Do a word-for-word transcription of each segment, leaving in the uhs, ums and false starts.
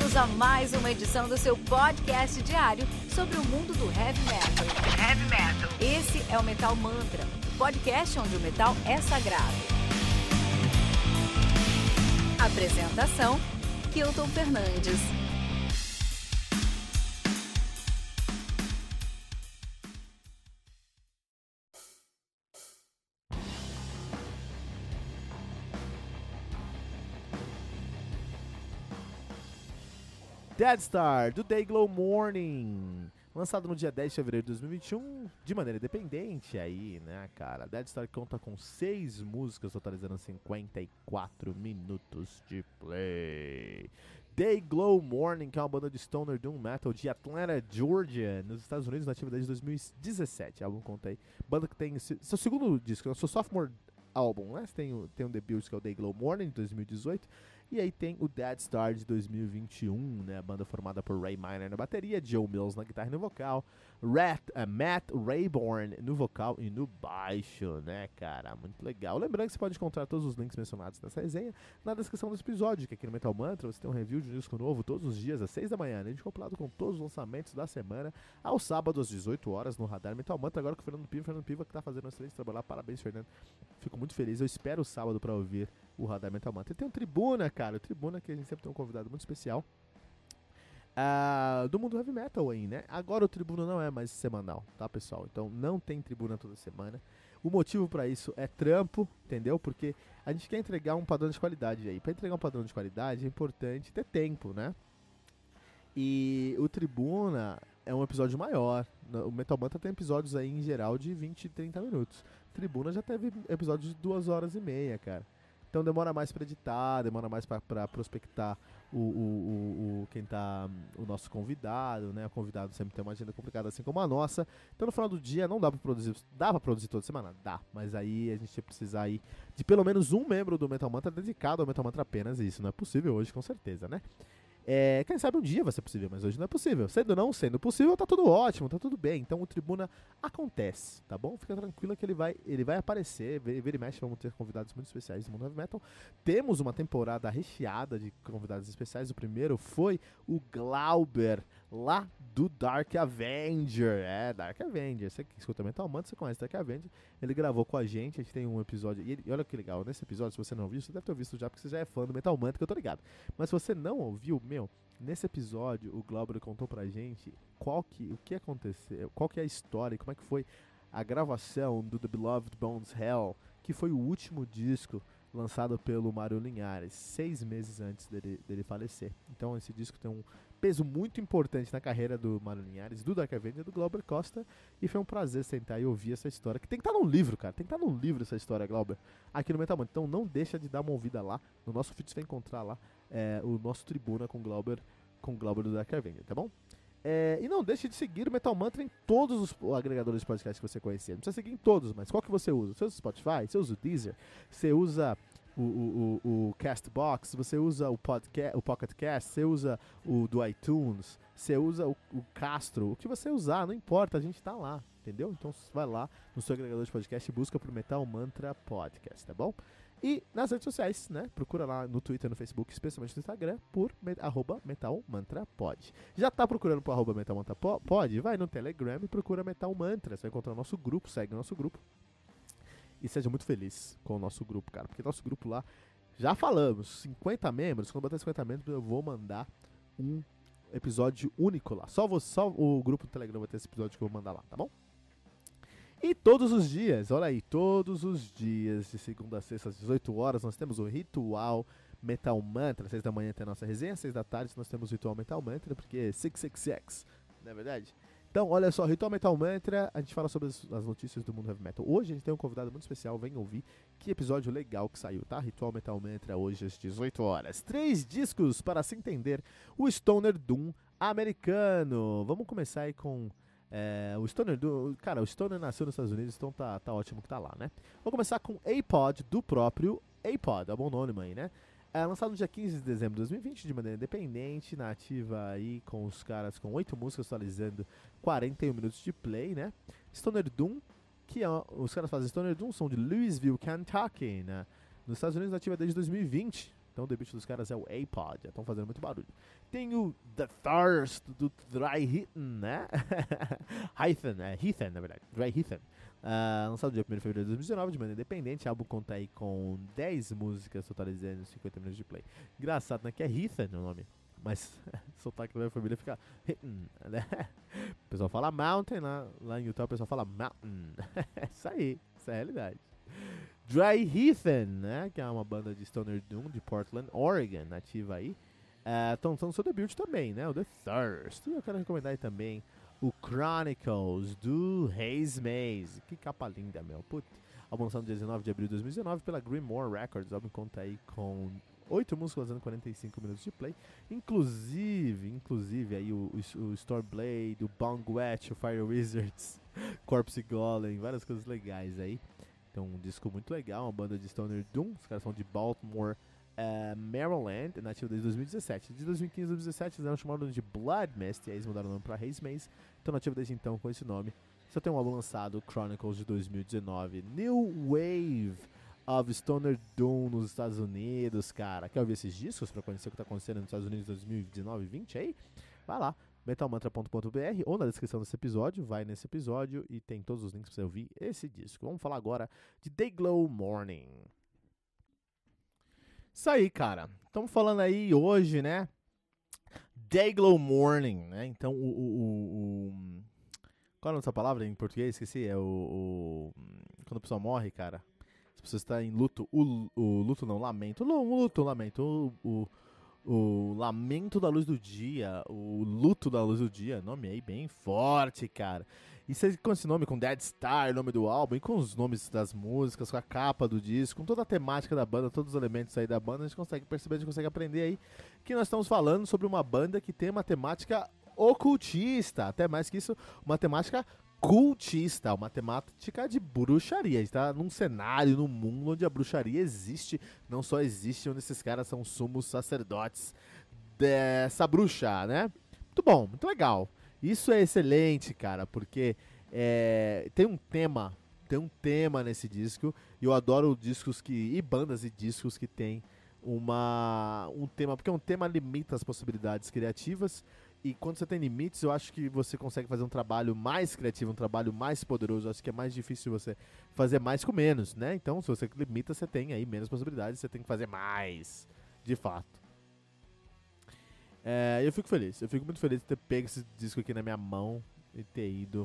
Bem-vindos a mais uma edição do seu podcast diário sobre o mundo do heavy metal. Heavy metal. Esse é o Metal Mantra, o podcast onde o metal é sagrado. Apresentação: Kilton Fernandes. Dead Star, do Dayglow Morning, lançado no dia dez de fevereiro de dois mil e vinte e um, de maneira independente aí, né, cara. Dead Star conta com seis músicas, totalizando cinquenta e quatro minutos de play. Dayglow Morning, que é uma banda de stoner doom metal de Atlanta, Georgia, nos Estados Unidos, na atividade de dois mil e dezessete. Álbum conta aí, banda que tem seu segundo disco, seu sophomore álbum, né? Tem, o, tem um debut que é o Dayglow Morning, de dois mil e dezoito. E aí tem o Dead Star de dois mil e vinte e um, né? A banda formada por Ray Miner na bateria, Joe Mills na guitarra e no vocal, Rat, uh, Matt Rayborn no vocal e no baixo, né, cara? Muito legal. Lembrando que você pode encontrar todos os links mencionados nessa resenha na descrição desse episódio, que aqui no Metal Mantra você tem um review de um disco novo todos os dias às seis da manhã, né? Compilado com todos os lançamentos da semana, ao sábado às dezoito horas no Radar Metal Mantra, agora com o Fernando Piva, Fernando Piva que tá fazendo um excelente trabalho lá. Parabéns, Fernando. Fico muito feliz. Eu espero o sábado pra ouvir o Radar Metal Mantra. E tem um Tribuna, cara. O Tribuna que a gente sempre tem um convidado muito especial uh, do mundo heavy metal aí, né? Agora o Tribuna não é mais semanal, tá, pessoal? Então não tem Tribuna toda semana. O motivo pra isso é trampo, entendeu? Porque a gente quer entregar um padrão de qualidade aí. Pra entregar um padrão de qualidade é importante ter tempo, né? E o Tribuna é um episódio maior. O Metal Mantra tem episódios aí em geral de vinte, trinta minutos. Tribuna já teve episódios de duas horas e meia, cara. Então demora mais pra editar, demora mais pra, pra prospectar o, o, o, o, quem tá, o nosso convidado, né? O convidado sempre tem uma agenda complicada assim como a nossa. Então no final do dia não dá pra produzir, dá pra produzir toda semana? Dá, mas aí a gente ia precisar aí de pelo menos um membro do Metal Mantra dedicado ao Metal Mantra apenas, e isso não é possível hoje com certeza, né? É, quem sabe um dia vai ser possível, mas hoje não é possível. Sendo não sendo possível, tá tudo ótimo, tá tudo bem. Então o Tribuna acontece, tá bom? Fica tranquila que ele vai, ele vai aparecer. Vira e mexe, vamos ter convidados muito especiais do mundo heavy metal. Temos uma temporada recheada de convidados especiais. O primeiro foi o Glauber, lá do Dark Avenger. É, Dark Avenger. Você que escuta Metal Mantra, você conhece Dark Avenger. Ele gravou com a gente, a gente tem um episódio. E, ele, e olha que legal, nesse episódio, se você não ouviu, você deve ter visto já, porque você já é fã do Metal Mantra, que eu tô ligado. Mas se você não ouviu, meu, nesse episódio o Glauber contou pra gente qual que, o que aconteceu, qual que é a história, como é que foi a gravação do The Beloved Bones Hell, que foi o último disco lançado pelo Mário Linhares, seis meses antes dele, dele falecer. Então esse disco tem um peso muito importante na carreira do Mário Linhares, do Dark Avenger e do Glauber Costa, e foi um prazer sentar e ouvir essa história, que tem que estar no livro, cara, tem que estar no livro essa história, Glauber, aqui no Metal Mantra. Então não deixa de dar uma ouvida lá, no nosso feed você vai encontrar lá é, o nosso Tribuna com o Glauber, com o Glauber do Dark Avenger, tá bom? É, e não deixe de seguir o Metal Mantra em todos os agregadores de podcast que você conhecer. Não precisa seguir em todos, mas qual que você usa? Você usa o Spotify? Você usa o Deezer? Você usa o, o, o, o Castbox? Você usa o, podca- o Pocket Cast? Você usa o do iTunes? Você usa o, o Castro? O que você usar, não importa, a gente tá lá, entendeu? Então vai lá no seu agregador de podcast e busca pro Metal Mantra Podcast, tá bom? E nas redes sociais, né? Procura lá no Twitter, no Facebook, especialmente no Instagram, por me, arroba Metal Mantra Pod. Já tá procurando por arroba Metal Mantra Pod? Vai no Telegram e procura Metal Mantra. Você vai encontrar o nosso grupo, segue o nosso grupo. E seja muito feliz com o nosso grupo, cara. Porque nosso grupo lá, já falamos, cinquenta membros. Quando bater cinquenta membros, eu vou mandar um episódio único lá. Só, você, só o grupo do Telegram vai ter esse episódio que eu vou mandar lá, tá bom? E todos os dias, olha aí, todos os dias, de segunda a sexta às dezoito horas, nós temos o Ritual Metal Mantra. Seis da manhã tem a nossa resenha, seis da tarde nós temos o Ritual Metal Mantra, porque seis seis seis, não é verdade? Então, olha só, Ritual Metal Mantra, a gente fala sobre as, as notícias do mundo heavy metal. Hoje a gente tem um convidado muito especial, vem ouvir que episódio legal que saiu, tá? Ritual Metal Mantra, hoje às dezoito horas. Três discos para se entender o Stoner Doom americano. Vamos começar aí com... É, o Stoner, do, cara, o Stoner nasceu nos Estados Unidos, então tá, tá ótimo que tá lá, né? Vou começar com A-Pod, do próprio A-Pod, é um bom nome aí, né? É lançado no dia quinze de dezembro de dois mil e vinte, de maneira independente, na ativa aí com os caras com oito músicas, atualizando quarenta e um minutos de play, né? Stoner Doom, que é, os caras fazem Stoner Doom, são de Louisville, Kentucky, né? Nos Estados Unidos, na ativa desde dois mil e vinte, Então o debut dos caras é o A-Pod, já estão fazendo muito barulho. Tem o The Thirst do Dry Heathen, né? Heathen, é Heathen na verdade, Dry Heathen. Uh, lançado dia primeiro de fevereiro de dois mil e dezenove, de maneira independente. O álbum conta aí com dez músicas, totalizando cinquenta minutos de play. Engraçado, né? Que é Heathen o nome, mas sotaque da minha família fica Heathen, né? O pessoal fala Mountain, lá, lá em Utah o pessoal fala Mountain. Isso aí, essa é a realidade. Dry Heathen, né? Que é uma banda de Stoner Doom de Portland, Oregon, nativa aí. Estão uh, no seu debut também, né? O The Thirst. E eu quero recomendar aí também o Chronicles do Haze Maze. Que capa linda, meu. Putz. Álbum lançado no dia dezenove de abril de dois mil e dezenove pela Grimoire Records. O álbum conta aí com oito músicas fazendo quarenta e cinco minutos de play. Inclusive, inclusive aí o, o, o Stormblade, o Bongwatch, o Fire Wizards, Corpse Golem, várias coisas legais aí. Então um disco muito legal, uma banda de Stoner Doom. Os caras são de Baltimore, Uh, Maryland, nativo desde dois mil e dezessete. De dois mil e quinze a dois mil e dezessete eles eram chamados de Blood Mist, e aí eles mudaram o nome pra Haze Maze. Então nativo desde então com esse nome. Só tem um álbum lançado, Chronicles de dois mil e dezenove. New Wave of Stoner Doom nos Estados Unidos, cara. Quer ouvir esses discos pra conhecer o que tá acontecendo nos Estados Unidos em dois mil e dezenove e vinte aí? Vai lá, metalmantra ponto com ponto b r ou na descrição desse episódio, vai nesse episódio e tem todos os links pra você ouvir esse disco. Vamos falar agora de Dayglow Morning. Isso aí, cara. Estamos falando aí hoje, né? Dayglow Morning, né? Então, o, o, o, o... Qual é a nossa palavra em português? Esqueci. É o... o... Quando a pessoa morre, cara. As pessoas estão em luto. O, o luto não, lamento. O luto, lamento. O, o, o lamento da luz do dia. O luto da luz do dia. Nome aí bem forte, cara. E você com esse nome, com Dead Star, nome do álbum, e com os nomes das músicas, com a capa do disco, com toda a temática da banda, todos os elementos aí da banda, a gente consegue perceber, a gente consegue aprender aí que nós estamos falando sobre uma banda que tem uma temática ocultista, até mais que isso, uma temática cultista, uma temática de bruxaria. A gente tá num cenário, num mundo onde a bruxaria existe, não só existe, onde esses caras são sumos sacerdotes dessa bruxa, né? Muito bom, muito legal. Isso é excelente, cara, porque é, tem um tema, tem um tema nesse disco, e eu adoro discos que, e bandas e discos que tem uma, um tema, porque um tema limita as possibilidades criativas, e quando você tem limites, eu acho que você consegue fazer um trabalho mais criativo, um trabalho mais poderoso. Eu acho que é mais difícil você fazer mais com menos, né? Então, se você limita, você tem aí menos possibilidades, você tem que fazer mais, de fato. É, eu fico feliz, eu fico muito feliz de ter pego esse disco aqui na minha mão e ter ido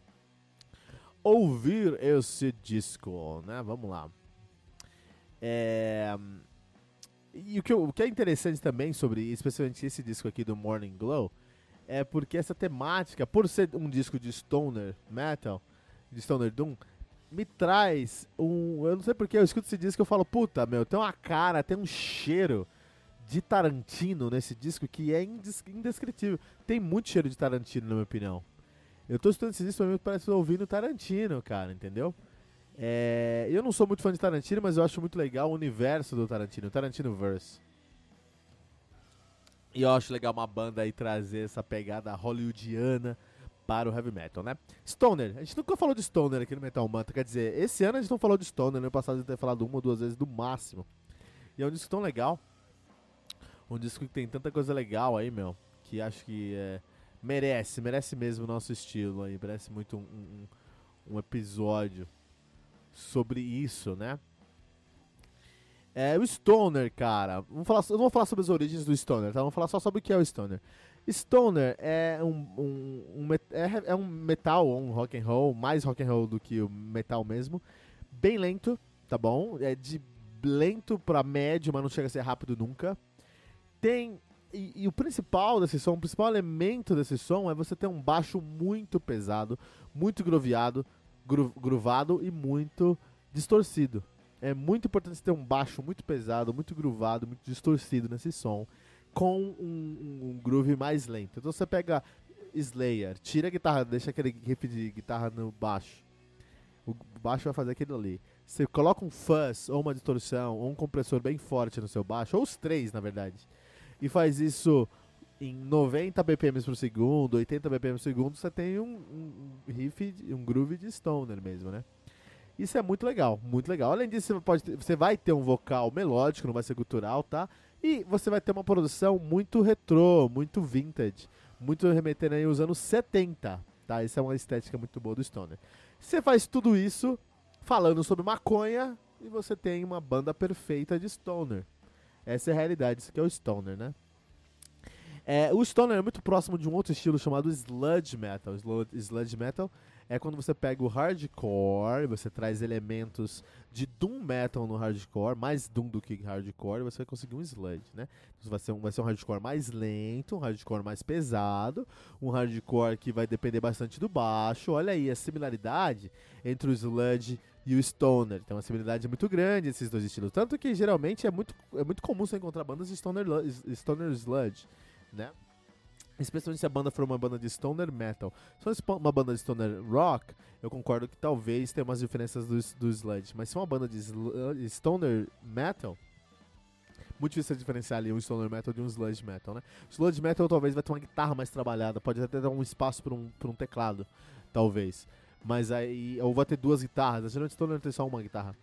ouvir esse disco, né? Vamos lá. É, e o que, eu, o que é interessante também sobre, especialmente esse disco aqui do Morning Glow, é porque essa temática, por ser um disco de stoner metal, de stoner doom, me traz um... Eu não sei porque eu escuto esse disco e eu falo, puta, meu, tem uma cara, tem um cheiro de Tarantino nesse disco que é indescritível. Tem muito cheiro de Tarantino, na minha opinião. Eu tô escutando esse disco, pra mim parece que tô ouvindo Tarantino, cara, entendeu? É, eu não sou muito fã de Tarantino, mas eu acho muito legal o universo do Tarantino, o Tarantino-verse. E eu acho legal uma banda aí trazer essa pegada hollywoodiana para o heavy metal, né? Stoner, a gente nunca falou de Stoner aqui no Metal Mantra, quer dizer, esse ano a gente não falou de Stoner, no ano passado a gente tem falado uma ou duas vezes do máximo. E é um disco tão legal. Um disco que tem tanta coisa legal aí, meu, que acho que é, merece, merece mesmo o nosso estilo aí, merece muito um, um, um episódio sobre isso, né? É, o Stoner, cara, vamos falar, eu não vou falar sobre as origens do Stoner, tá? Vamos falar só sobre o que é o Stoner. Stoner é um, um, um, é, é um metal, um rock and roll, mais rock and roll do que o metal mesmo, bem lento, tá bom? É de lento pra médio, mas não chega a ser rápido nunca. Tem, e, e o principal desse som, o principal elemento desse som é você ter um baixo muito pesado, muito groviado, gru, gruvado e muito distorcido. É muito importante você ter um baixo muito pesado, muito gruvado, muito distorcido nesse som, com um, um, um groove mais lento. Então você pega Slayer, tira a guitarra, deixa aquele riff de guitarra no baixo. O baixo vai fazer aquilo ali. Você coloca um fuzz, ou uma distorção, ou um compressor bem forte no seu baixo, ou os três, na verdade, e faz isso em noventa B P M por segundo, oitenta B P M por segundo, você tem um, um riff, um groove de stoner mesmo, né? Isso é muito legal, muito legal. Além disso, você, pode ter, você vai ter um vocal melódico, não vai ser gutural, tá? E você vai ter uma produção muito retrô, muito vintage, muito remetendo aí aos anos setenta, tá? Essa é uma estética muito boa do Stoner. Você faz tudo isso falando sobre maconha e você tem uma banda perfeita de Stoner. Essa é a realidade, isso aqui é o Stoner, né? É, o Stoner é muito próximo de um outro estilo chamado Sludge Metal. Sludge Metal é quando você pega o hardcore, você traz elementos de doom metal no hardcore, mais doom do que hardcore, e você vai conseguir um sludge, né? Então vai ser um, vai ser um hardcore mais lento, um hardcore mais pesado, um hardcore que vai depender bastante do baixo. Olha aí a similaridade entre o sludge e o stoner. Tem uma similaridade muito grande esses dois estilos. Tanto que geralmente é muito, é muito comum você encontrar bandas de stoner, stoner sludge, né? Especialmente se a banda for uma banda de stoner metal. Se for uma banda de stoner rock, eu concordo que talvez tenha umas diferenças do, do sludge. Mas se é uma banda de sl- stoner metal, muito difícil diferenciar ali um stoner metal de um sludge metal, né? O sludge metal talvez vai ter uma guitarra mais trabalhada, pode até dar um espaço para um, pra um teclado, talvez. Mas aí, ou vai ter duas guitarras. Geralmente stoner tem só uma guitarra.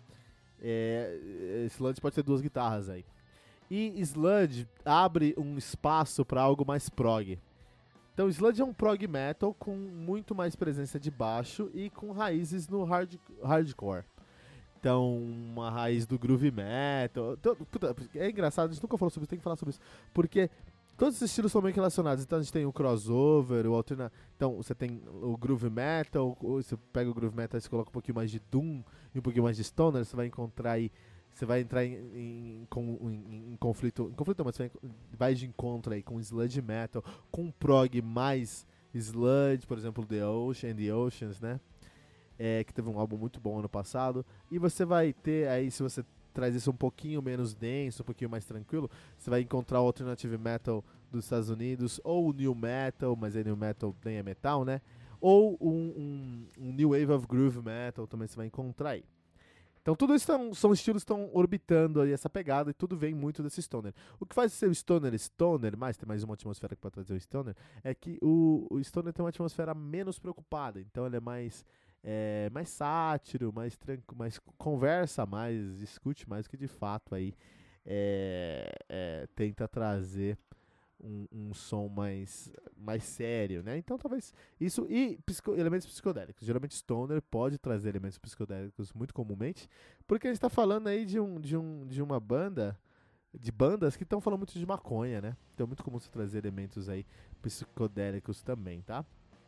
É, sludge pode ter duas guitarras aí. E Sludge abre um espaço para algo mais prog. Então Sludge é um prog metal com muito mais presença de baixo e com raízes no hard, hardcore. Então, uma raiz do groove metal. Então, puta, é engraçado, a gente nunca falou sobre isso, tem que falar sobre isso. Porque todos esses estilos são meio relacionados. Então a gente tem o crossover, o alterna... Então você tem o groove metal, você pega o groove metal e você coloca um pouquinho mais de doom e um pouquinho mais de stoner, você vai encontrar aí. Você vai entrar em, em, em, em conflito, em conflito, mas você vai, vai de encontro aí com sludge metal, com prog mais sludge, por exemplo, The Ocean, The Oceans, né? É, que teve um álbum muito bom ano passado. E você vai ter aí, se você traz isso um pouquinho menos denso, um pouquinho mais tranquilo, você vai encontrar o alternative metal dos Estados Unidos, ou o new metal, mas aí new metal nem é metal, né? Ou um, um, um new wave of groove metal também você vai encontrar aí. Então tudo isso tão, são estilos que estão orbitando aí essa pegada e tudo vem muito desse stoner. O que faz ser o stoner stoner, mais tem mais uma atmosfera que pode trazer o stoner, é que o, o stoner tem uma atmosfera menos preocupada, então ele é mais, é, mais sátiro, mais tranquilo, mais conversa mais, discute mais, que de fato aí é, é, tenta trazer Um, um som mais, mais sério, né? Então talvez isso e psico, elementos psicodélicos. Geralmente stoner pode trazer elementos psicodélicos muito comumente, porque a gente está falando aí de, um, de, um, de uma banda, de bandas que estão falando muito de maconha, né? Então é muito comum você trazer elementos aí psicodélicos também, tá?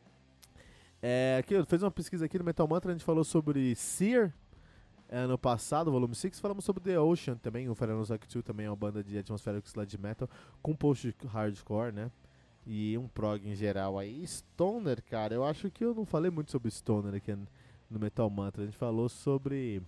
É, aqui, eu fiz uma pesquisa aqui no Metal Mantra, a gente falou sobre Sear, ano passado, volume seis, falamos sobre The Ocean também, o Ferenozoic dois também é uma banda de atmospheric sludge metal com post-hardcore, né? E um prog em geral aí. Stoner, cara, eu acho que eu não falei muito sobre Stoner aqui no Metal Mantra. A gente falou sobre...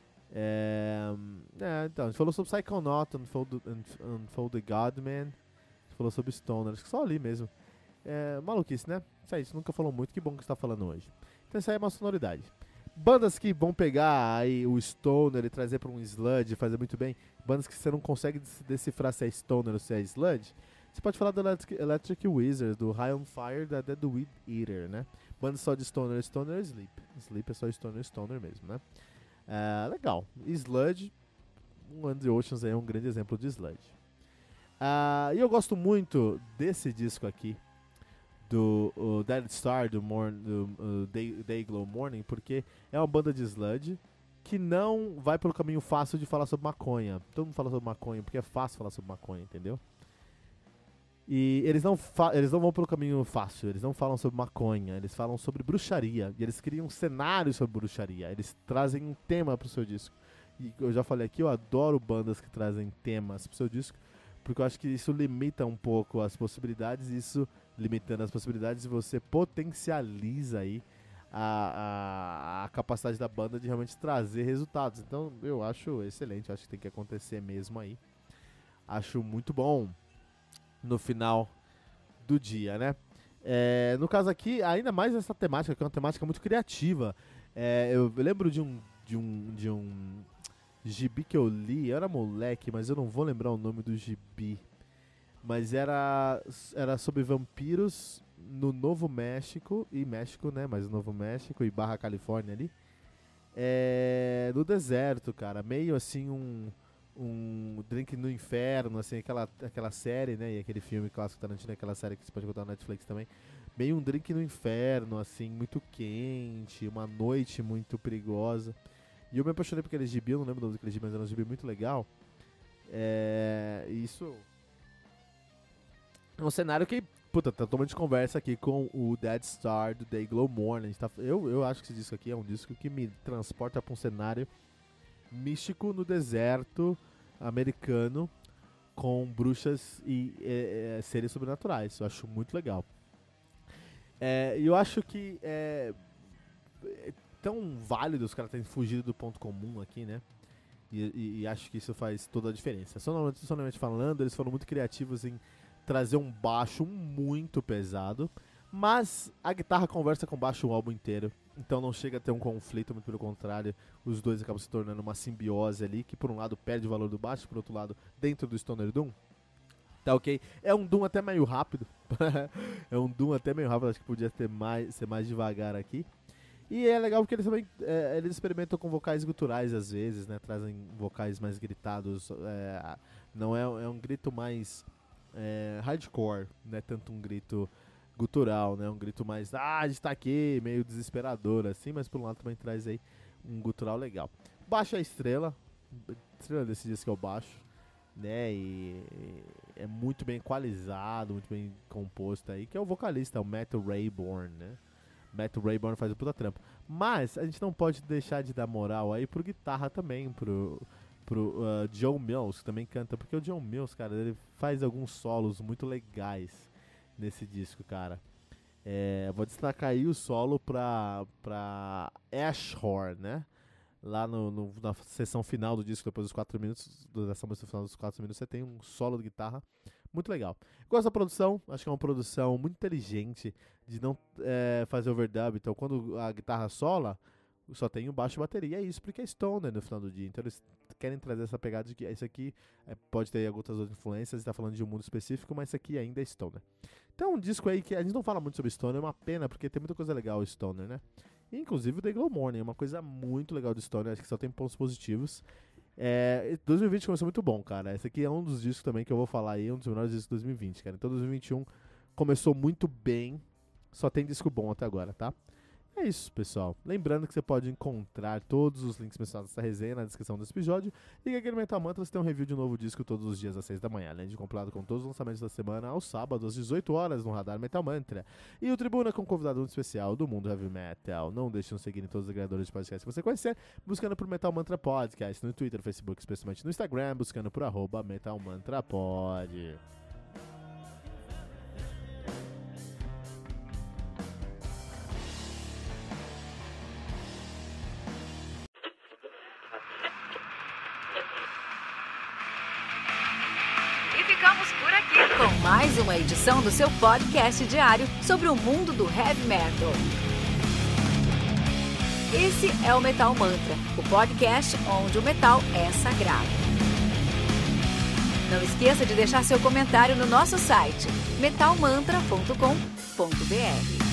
É, é, então, a gente falou sobre Psychonaut, Unfold, Unfold the Godman. A gente falou sobre Stoner, acho que só ali mesmo. É, maluquice, né? Isso aí, a gente nunca falou muito, que bom que você tá falando hoje. Então isso aí é uma sonoridade. Bandas que vão pegar aí o stoner e trazer para um sludge, fazer muito bem. Bandas que você não consegue decifrar se é stoner ou se é sludge. Você pode falar do Electric, Electric Wizard, do High on Fire, da Dead Weed Eater, né? Bandas só de stoner, stoner, sleep. Sleep é só stoner, stoner mesmo, né? Uh, legal. Sludge, One of the Oceans é um grande exemplo de sludge. Uh, e eu gosto muito desse disco aqui, do uh, Dead Star, do, Morn, do uh, Day, Day Glow Morning, porque é uma banda de sludge que não vai pelo caminho fácil de falar sobre maconha. Todo mundo fala sobre maconha porque é fácil falar sobre maconha, entendeu? E eles não, eles não vão pelo caminho fácil, eles não falam sobre maconha, eles falam sobre bruxaria, e eles criam um cenário sobre bruxaria, eles trazem um tema pro seu disco. E eu já falei aqui, eu adoro bandas que trazem temas pro seu disco, porque eu acho que isso limita um pouco as possibilidades, e isso, limitando as possibilidades, você potencializa aí a, a, a capacidade da banda de realmente trazer resultados. Então eu acho excelente, eu acho que tem que acontecer mesmo aí. Acho muito bom no final do dia, né? É, no caso aqui, ainda mais essa temática, que é uma temática muito criativa. É, eu lembro de um, de um, de um gibi que eu li, eu era moleque, mas eu não vou lembrar o nome do gibi. Mas era, era sobre vampiros no Novo México, e México, né? Mas Novo México e Barra Califórnia ali. é, no deserto, cara. Meio assim um, um Drink no Inferno, assim, aquela, aquela série, né? E aquele filme clássico Tarantino, aquela série que você pode encontrar na Netflix também. Meio um Drink no Inferno, assim, muito quente, uma noite muito perigosa. E eu me apaixonei por aquele gibi, eu não lembro do nome daquele gibi, mas era um gibi muito legal. É, isso é um cenário que, puta, tá tomando de conversa aqui com o Dead Star do Dayglow Morning. Tá, eu, eu acho que esse disco aqui é um disco que me transporta pra um cenário místico no deserto americano com bruxas e é, é, seres sobrenaturais. Eu acho muito legal. E é, eu acho que é, é tão válido os caras terem fugido do ponto comum aqui, né? E, e, e acho que isso faz toda a diferença. Sonoramente, sonoramente falando, eles foram muito criativos em trazer um baixo muito pesado, mas a guitarra conversa com o baixo o álbum inteiro, então não chega a ter um conflito, muito pelo contrário, os dois acabam se tornando uma simbiose ali, que por um lado perde o valor do baixo, por outro lado, dentro do Stoner Doom, tá ok? É um Doom até meio rápido, é um Doom até meio rápido, acho que podia ter mais, ser mais devagar aqui. E é legal porque eles também é, eles experimentam com vocais guturais às vezes, né? Trazem vocais mais gritados. É, não é, é um grito mais é, hardcore, né? Tanto um grito gutural, né? Um grito mais, ah, a gente tá aqui, meio desesperador, assim. Mas por um lado também traz aí um gutural legal. Baixo é a estrela, estrela desse disco é o baixo, né? E é muito bem equalizado, muito bem composto aí, que é o vocalista, é o Matt Rayborn, né? Matt Rayborn faz o puta trampo. Mas a gente não pode deixar de dar moral aí pro guitarra também, pro, pro uh, Joe Mills, que também canta. Porque o Joe Mills, cara, ele faz alguns solos muito legais nesse disco, cara. É, vou destacar aí o solo pra, pra Ashhorn, né? Lá no, no, na sessão final do disco, depois dos quatro minutos, dessa música final dos quatro minutos, você tem um solo de guitarra muito legal. Gosto da produção, acho que é uma produção muito inteligente de não é, fazer overdub. Então, quando a guitarra sola, só tem o baixo e a bateria. É isso, porque é stoner no final do dia. Então, eles querem trazer essa pegada de que isso aqui é, pode ter outras outras influências, está falando de um mundo específico, mas isso aqui ainda é stoner. Então, um disco aí que a gente não fala muito sobre stoner, é uma pena, porque tem muita coisa legal o stoner, né? E, inclusive o Dayglow Morning é uma coisa muito legal do stoner, acho que só tem pontos positivos. É, dois mil e vinte começou muito bom, cara. Esse aqui é um dos discos também que eu vou falar aí, um dos melhores discos de dois mil e vinte, cara. Então dois mil e vinte e um começou muito bem, só tem disco bom até agora, tá? É isso, pessoal. Lembrando que você pode encontrar todos os links mencionados nessa resenha na descrição desse episódio e que aqui no Metal Mantras tem um review de um novo disco todos os dias às seis da manhã, além de compilado com todos os lançamentos da semana aos sábados às dezoito horas no Radar Metal Mantra. E o Tribuna com um convidado muito especial do mundo heavy metal. Não deixe de nos seguir em todos os agregadores de podcast que você conhecer, buscando por Metal Mantra Podcast no Twitter, Facebook, especialmente no Instagram, buscando por arroba Metal Mantra Pod. Ficamos por aqui com mais uma edição do seu podcast diário sobre o mundo do heavy metal. Esse é o Metal Mantra, o podcast onde o metal é sagrado. Não esqueça de deixar seu comentário no nosso site metal mantra ponto com ponto b r.